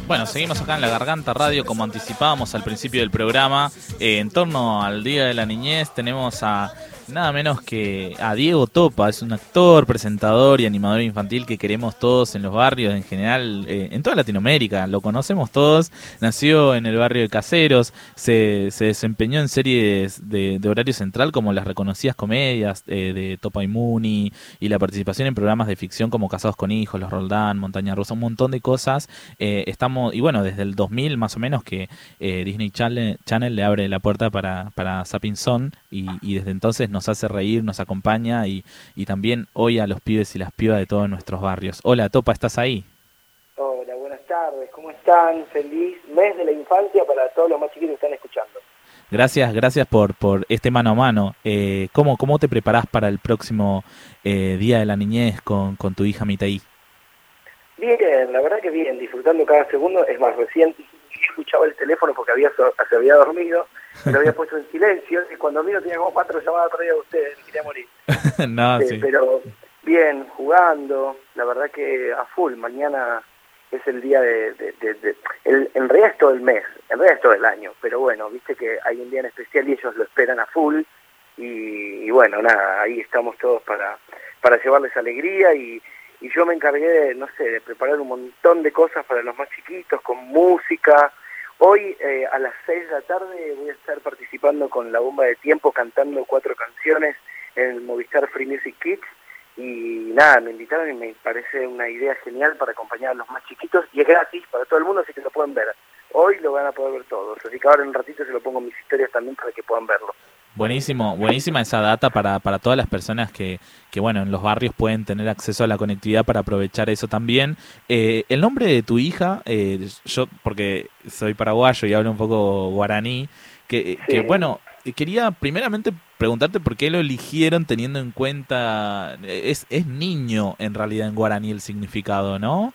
Bueno, seguimos acá en La Garganta Radio, como anticipábamos al principio del programa. En torno al Día de la Niñez tenemos a nada menos que a Diego Topa. Es un actor, presentador y animador infantil que queremos todos en los barrios, en general, en toda Latinoamérica. Lo conocemos todos. Nació en el barrio de Caseros, se desempeñó en series de horario central como las reconocidas comedias de Topa y Muni, y la participación en programas de ficción como Casados con Hijos, Los Roldán, Montaña Rusa, un montón de cosas. Y bueno, desde el 2000 más o menos que Disney Channel le abre la puerta para Zapping Zone, y desde entonces nos hace reír, nos acompaña, y también hoy a los pibes y las pibas de todos nuestros barrios. Hola Topa, ¿estás ahí? Hola, buenas tardes, ¿cómo están? Feliz mes de la infancia para todos los más chiquitos que están escuchando. Gracias por este mano a mano. ¿Cómo te preparás para el próximo Día de la Niñez con tu hija Mitaí? Bien, la verdad que bien, disfrutando cada segundo. Es más, recién escuchaba el teléfono porque se había dormido, lo había puesto en silencio, y cuando miro tenía como 4 llamadas perdidas de ustedes, me quería morir. No, sí. Pero bien, jugando, la verdad que a full. Mañana es el día en realidad es todo el mes, en realidad es todo el año, pero bueno, viste que hay un día en especial y ellos lo esperan a full, y bueno, nada, ahí estamos todos para llevarles alegría, y yo me encargué de, no sé, de preparar un montón de cosas para los más chiquitos, con música. Hoy a las 6 de la tarde voy a estar participando con La Bomba de Tiempo, cantando 4 canciones en el Movistar Free Music Kids, y nada, me invitaron y me parece una idea genial para acompañar a los más chiquitos, y es gratis para todo el mundo, así que lo pueden ver. Hoy lo van a poder ver todos, así que ahora en un ratito se lo pongo en mis historias también para que puedan verlo. Buenísima esa data para todas las personas que bueno, en los barrios pueden tener acceso a la conectividad para aprovechar eso también. El nombre de tu hija, yo porque soy paraguayo y hablo un poco guaraní, que bueno, quería primeramente preguntarte por qué lo eligieron teniendo en cuenta, es niño en realidad en guaraní el significado, ¿no?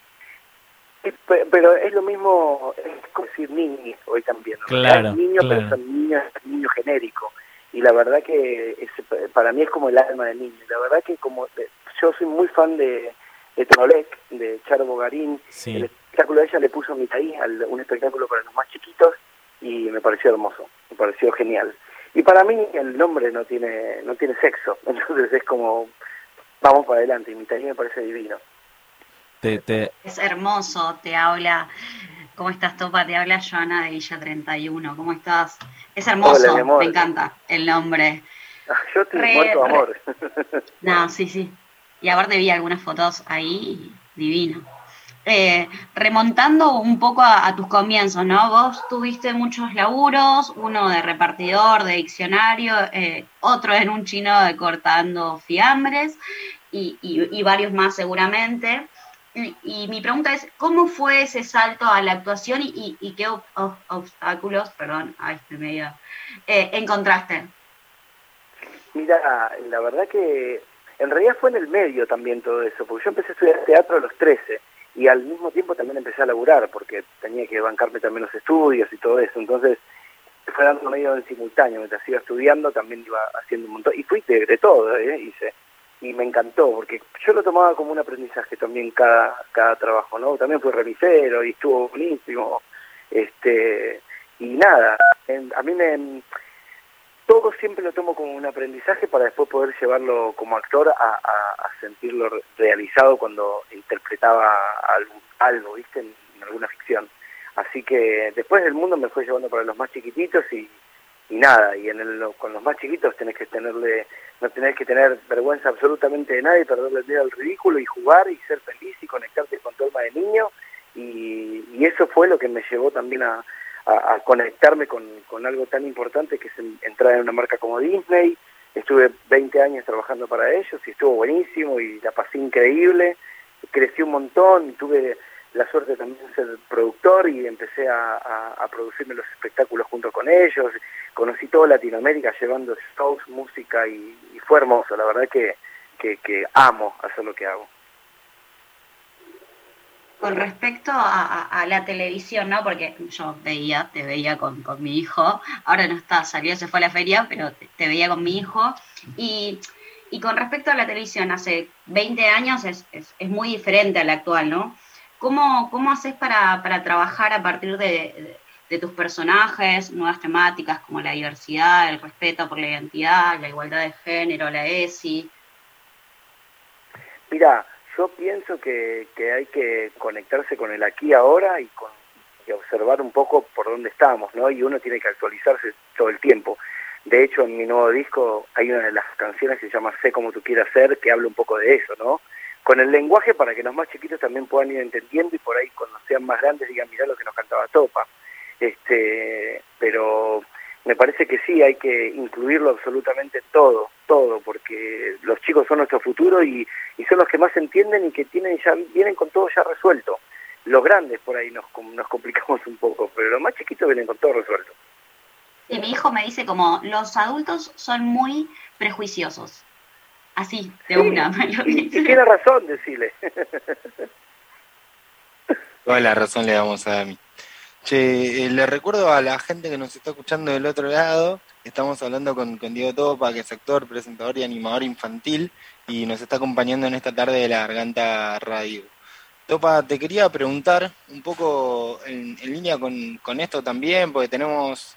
Pero es lo mismo, es como decir niñi hoy también, ¿no? Claro, Es niño, claro. pero son niño genérico. Y la verdad que para mí es como el alma del niño. Y la verdad que yo soy muy fan de Trolec, de Charo Bogarín. Sí. El espectáculo de ella le puso Mitaí, un espectáculo para los más chiquitos, y me pareció hermoso, me pareció genial. Y para mí el nombre no tiene sexo, entonces es como, vamos para adelante, y Mitaí me parece divino. Es hermoso, te habla. ¿Cómo estás, Topa? Te habla Joana de Villa 31. ¿Cómo estás? Es hermoso. Hola, mi amor. Me encanta el nombre. Yo estoy muerto de amor. No, sí. Y aparte vi algunas fotos ahí, divino. Remontando un poco a tus comienzos, ¿no? Vos tuviste muchos laburos, uno de repartidor, de diccionario, otro en un chino de cortando fiambres, y varios más seguramente. Y mi pregunta es, ¿cómo fue ese salto a la actuación y qué obstáculos, encontraste? Mira, la verdad que en realidad fue en el medio también todo eso, porque yo empecé a estudiar teatro a los 13 y al mismo tiempo también empecé a laburar porque tenía que bancarme también los estudios y todo eso, entonces fue dando medio en simultáneo, mientras iba estudiando también iba haciendo un montón, y fui de todo, hice. Y me encantó, porque yo lo tomaba como un aprendizaje también cada trabajo, ¿no? También fui remisero y estuvo buenísimo. Y nada, a mí todo siempre lo tomo como un aprendizaje para después poder llevarlo como actor a sentirlo realizado cuando interpretaba algo, ¿viste? En alguna ficción. Así que después el mundo me fue llevando para los más chiquititos y nada, y con los más chiquitos no tenés que tener vergüenza absolutamente de nada y perderle el miedo al ridículo y jugar y ser feliz y conectarte con tu alma de niño, y eso fue lo que me llevó también a conectarme con algo tan importante que es entrar en una marca como Disney. Estuve 20 años trabajando para ellos y estuvo buenísimo y la pasé increíble, crecí un montón, tuve la suerte también de ser productor y empecé a producirme los espectáculos junto con ellos. Conocí toda Latinoamérica llevando shows, música y fue hermoso. La verdad que amo hacer lo que hago. Con respecto a la televisión, ¿no? Porque yo te veía con mi hijo, ahora no está, se fue a la feria, pero te veía con mi hijo, y con respecto a la televisión, hace 20 años es muy diferente a la actual, ¿no? ¿Cómo haces para trabajar a partir de tus personajes, nuevas temáticas como la diversidad, el respeto por la identidad, la igualdad de género, la ESI? Mira, yo pienso que hay que conectarse con el aquí ahora y observar un poco por dónde estamos, ¿no? Y uno tiene que actualizarse todo el tiempo. De hecho, en mi nuevo disco hay una de las canciones que se llama Sé como tú quieras ser, que habla un poco de eso, ¿no? Con el lenguaje para que los más chiquitos también puedan ir entendiendo y por ahí cuando sean más grandes digan, mirá lo que nos cantaba Topa. Pero me parece que sí, hay que incluirlo absolutamente todo, porque los chicos son nuestro futuro y son los que más entienden y que vienen con todo ya resuelto. Los grandes por ahí nos complicamos un poco, pero los más chiquitos vienen con todo resuelto. Y mi hijo me dice como, los adultos son muy prejuiciosos. Así, de sí, una. Y tiene razón, decirle. Toda la razón le damos a Dami. Che, le recuerdo a la gente que nos está escuchando del otro lado, estamos hablando con Diego Topa, que es actor, presentador y animador infantil, y nos está acompañando en esta tarde de La Garganta Radio. Topa, te quería preguntar un poco en línea con esto también, porque tenemos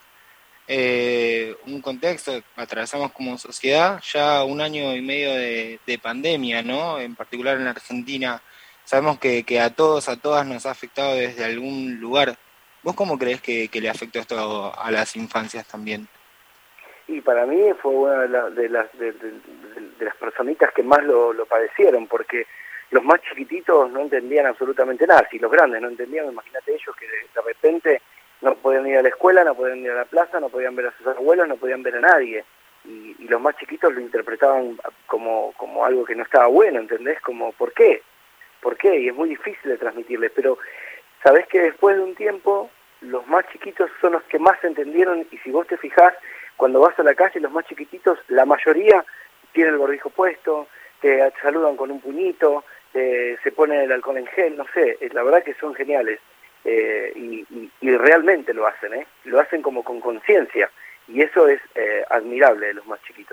un contexto, atravesamos como sociedad ya 1 año y medio de pandemia, ¿no? En particular en la Argentina. Sabemos que a todos, a todas nos ha afectado desde algún lugar. ¿Vos cómo crees que le afectó esto a las infancias también? Y para mí fue una de las personitas que más lo padecieron, porque los más chiquititos no entendían absolutamente nada. Si los grandes no entendían, imagínate ellos que de repente no podían ir a la escuela, no podían ir a la plaza, no podían ver a sus abuelos, no podían ver a nadie. Y los más chiquitos lo interpretaban como algo que no estaba bueno, ¿entendés? Como, ¿por qué? ¿Por qué? Y es muy difícil de transmitirles, pero sabés que después de un tiempo, los más chiquitos son los que más entendieron, y si vos te fijás, cuando vas a la calle, los más chiquititos, la mayoría tienen el barbijo puesto, te saludan con un puñito, se ponen el alcohol en gel, no sé, la verdad que son geniales. Y realmente lo hacen como con conciencia, y eso es admirable de los más chiquitos.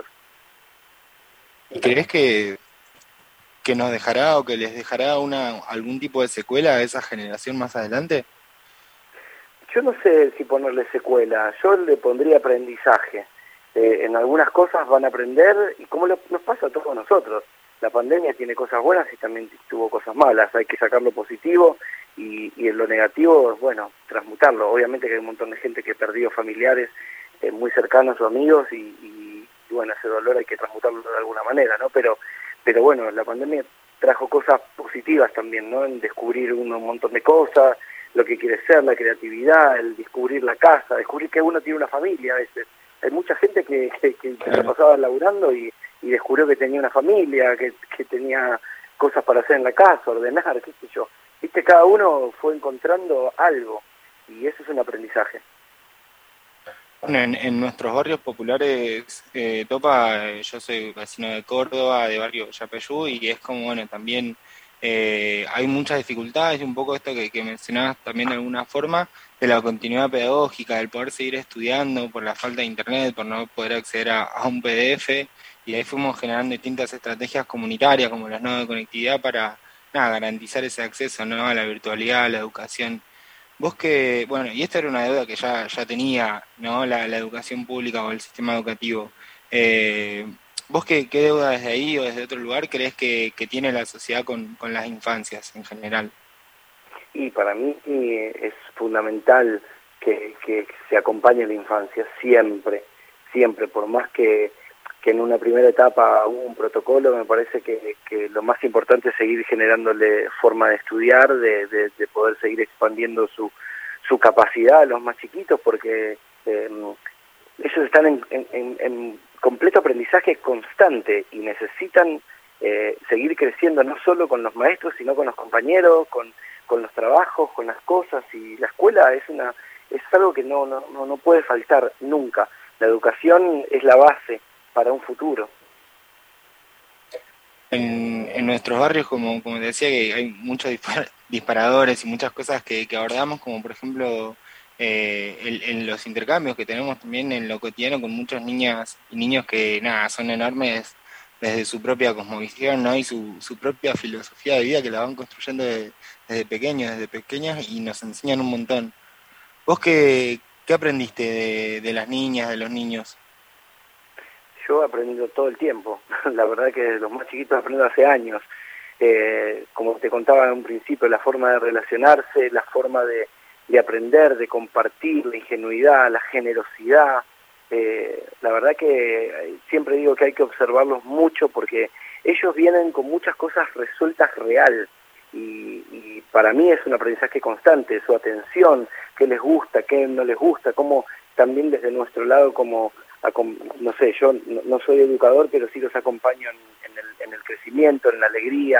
¿Y crees que nos dejará o que les dejará algún tipo de secuela a esa generación más adelante? Yo no sé si ponerle secuela, yo le pondría aprendizaje. En algunas cosas van a aprender, y como nos pasa a todos nosotros. La pandemia tiene cosas buenas y también tuvo cosas malas, hay que sacar lo positivo y en lo negativo, bueno, transmutarlo. Obviamente que hay un montón de gente que perdió familiares muy cercanos o amigos y bueno, ese dolor hay que transmutarlo de alguna manera, ¿no? Pero bueno, la pandemia trajo cosas positivas también, ¿no? En descubrir un montón de cosas, lo que quiere ser, la creatividad, el descubrir la casa, descubrir que uno tiene una familia a veces. Hay mucha gente que se pasaba laburando y descubrió que tenía una familia, que tenía cosas para hacer en la casa, ordenar, qué sé yo. Viste, cada uno fue encontrando algo, y eso es un aprendizaje. Bueno, en nuestros barrios populares, Topa, yo soy vecino de Córdoba, de barrio Yapeyú, y es como, bueno, también hay muchas dificultades, y un poco esto que mencionabas también de alguna forma, de la continuidad pedagógica, del poder seguir estudiando por la falta de internet, por no poder acceder a un PDF, y ahí fuimos generando distintas estrategias comunitarias, como las nodos de conectividad, para garantizar ese acceso, ¿no?, a la virtualidad, a la educación. Vos que, bueno, y esta era una deuda que ya tenía, ¿no?, la educación pública o el sistema educativo. ¿Vos qué deuda desde ahí o desde otro lugar crees que tiene la sociedad con las infancias en general? Y para mí es fundamental que se acompañe la infancia siempre, por más que en una primera etapa hubo un protocolo, me parece que lo más importante es seguir generándole forma de estudiar, de poder seguir expandiendo su capacidad a los más chiquitos, porque ellos están en completo aprendizaje constante y necesitan seguir creciendo no solo con los maestros, sino con los compañeros, con los trabajos, con las cosas, y la escuela es algo que no puede faltar nunca. La educación es la base para un futuro. En nuestros barrios, como te decía, que hay muchos disparadores y muchas cosas que abordamos, como por ejemplo en los intercambios que tenemos también en lo cotidiano con muchas niñas y niños que son enormes desde su propia cosmovisión, ¿no? Y su propia filosofía de vida que la van construyendo desde pequeños y nos enseñan un montón. ¿Vos qué aprendiste de las niñas, de los niños? Yo he aprendido todo el tiempo. La verdad que los más chiquitos aprendo hace años. Como te contaba en un principio, la forma de relacionarse, la forma de aprender, de compartir, la ingenuidad, la generosidad. La verdad que siempre digo que hay que observarlos mucho porque ellos vienen con muchas cosas resueltas real y para mí es un aprendizaje constante, su atención, qué les gusta, qué no les gusta, cómo también desde nuestro lado como no sé, yo no soy educador, pero sí los acompaño en el crecimiento, en la alegría,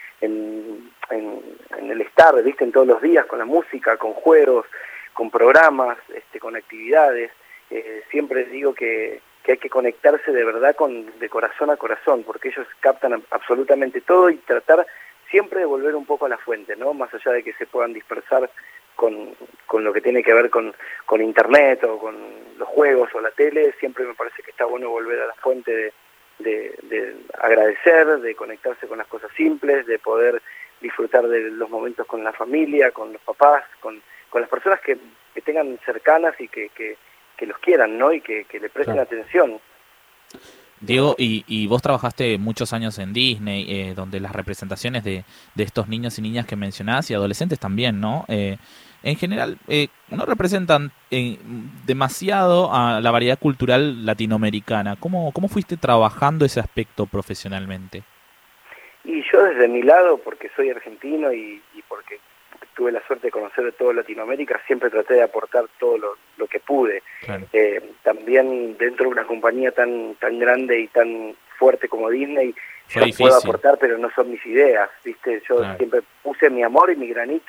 en el estar, ¿viste? En todos los días, con la música, con juegos, con programas, con actividades. Siempre digo que hay que conectarse de verdad de corazón a corazón, porque ellos captan absolutamente todo y tratar siempre de volver un poco a la fuente, ¿no? Más allá de que se puedan dispersar con lo que tiene que ver con internet o con los juegos o la tele, siempre me parece que está bueno volver a la fuente de agradecer, de conectarse con las cosas simples, de poder disfrutar de los momentos con la familia, con los papás, con las personas que tengan cercanas y que los quieran, ¿no? Y que le presten atención. Diego, y vos trabajaste muchos años en Disney, donde las representaciones de estos niños y niñas que mencionás y adolescentes también, ¿no? En general, no representan demasiado a la variedad cultural latinoamericana. ¿Cómo fuiste trabajando ese aspecto profesionalmente? Y yo desde mi lado, porque soy argentino y porque tuve la suerte de conocer de toda Latinoamérica, siempre traté de aportar todo lo que pude. Claro. También dentro de una compañía tan grande y tan fuerte como Disney, yo puedo aportar, pero no son mis ideas, ¿viste? Yo siempre puse mi amor y mi granito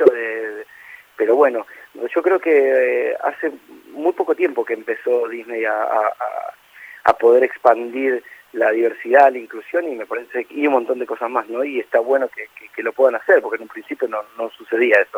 pero bueno, yo creo que hace muy poco tiempo que empezó Disney a poder expandir la diversidad, la inclusión y me parece y un montón de cosas más, ¿no? Y está bueno que lo puedan hacer, porque en un principio no sucedía eso.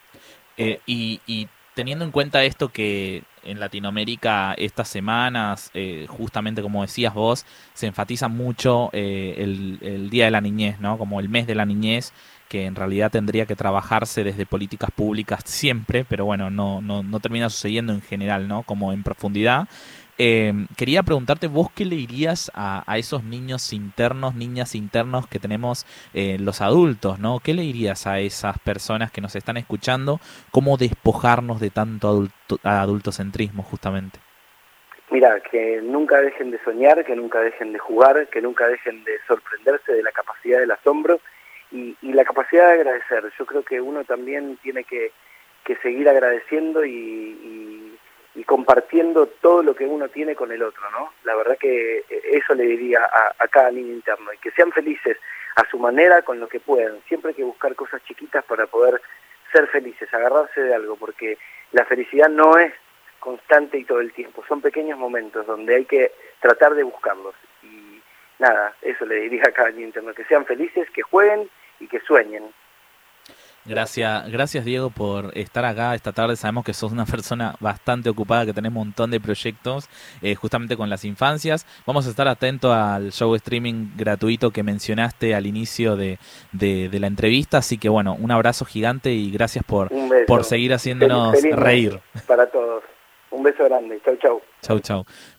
Y teniendo en cuenta esto que en Latinoamérica estas semanas, justamente como decías vos, se enfatiza mucho el Día de la Niñez, ¿no? Como el mes de la niñez, que en realidad tendría que trabajarse desde políticas públicas siempre, pero bueno, no termina sucediendo en general, ¿no? Como en profundidad. Quería preguntarte, ¿vos qué le dirías a esos niños internos, niñas internos que tenemos los adultos, ¿no? ¿Qué le dirías a esas personas que nos están escuchando? ¿Cómo despojarnos de tanto adultocentrismo, justamente? Mira, que nunca dejen de soñar, que nunca dejen de jugar, que nunca dejen de sorprenderse de la capacidad del asombro y la capacidad de agradecer. Yo creo que uno también tiene que seguir agradeciendo y compartiendo todo lo que uno tiene con el otro, ¿no? La verdad que eso le diría a cada niño interno, y que sean felices a su manera con lo que puedan. Siempre hay que buscar cosas chiquitas para poder ser felices, agarrarse de algo, porque la felicidad no es constante y todo el tiempo, son pequeños momentos donde hay que tratar de buscarlos. Y nada, eso le diría a cada niño interno, que sean felices, que jueguen y que sueñen. Gracias Diego por estar acá esta tarde. Sabemos que sos una persona bastante ocupada, que tenés un montón de proyectos justamente con las infancias. Vamos a estar atentos al show streaming gratuito que mencionaste al inicio de la entrevista, así que bueno, un abrazo gigante y gracias por seguir haciéndonos reír. Para todos, un beso grande, chau. Chau.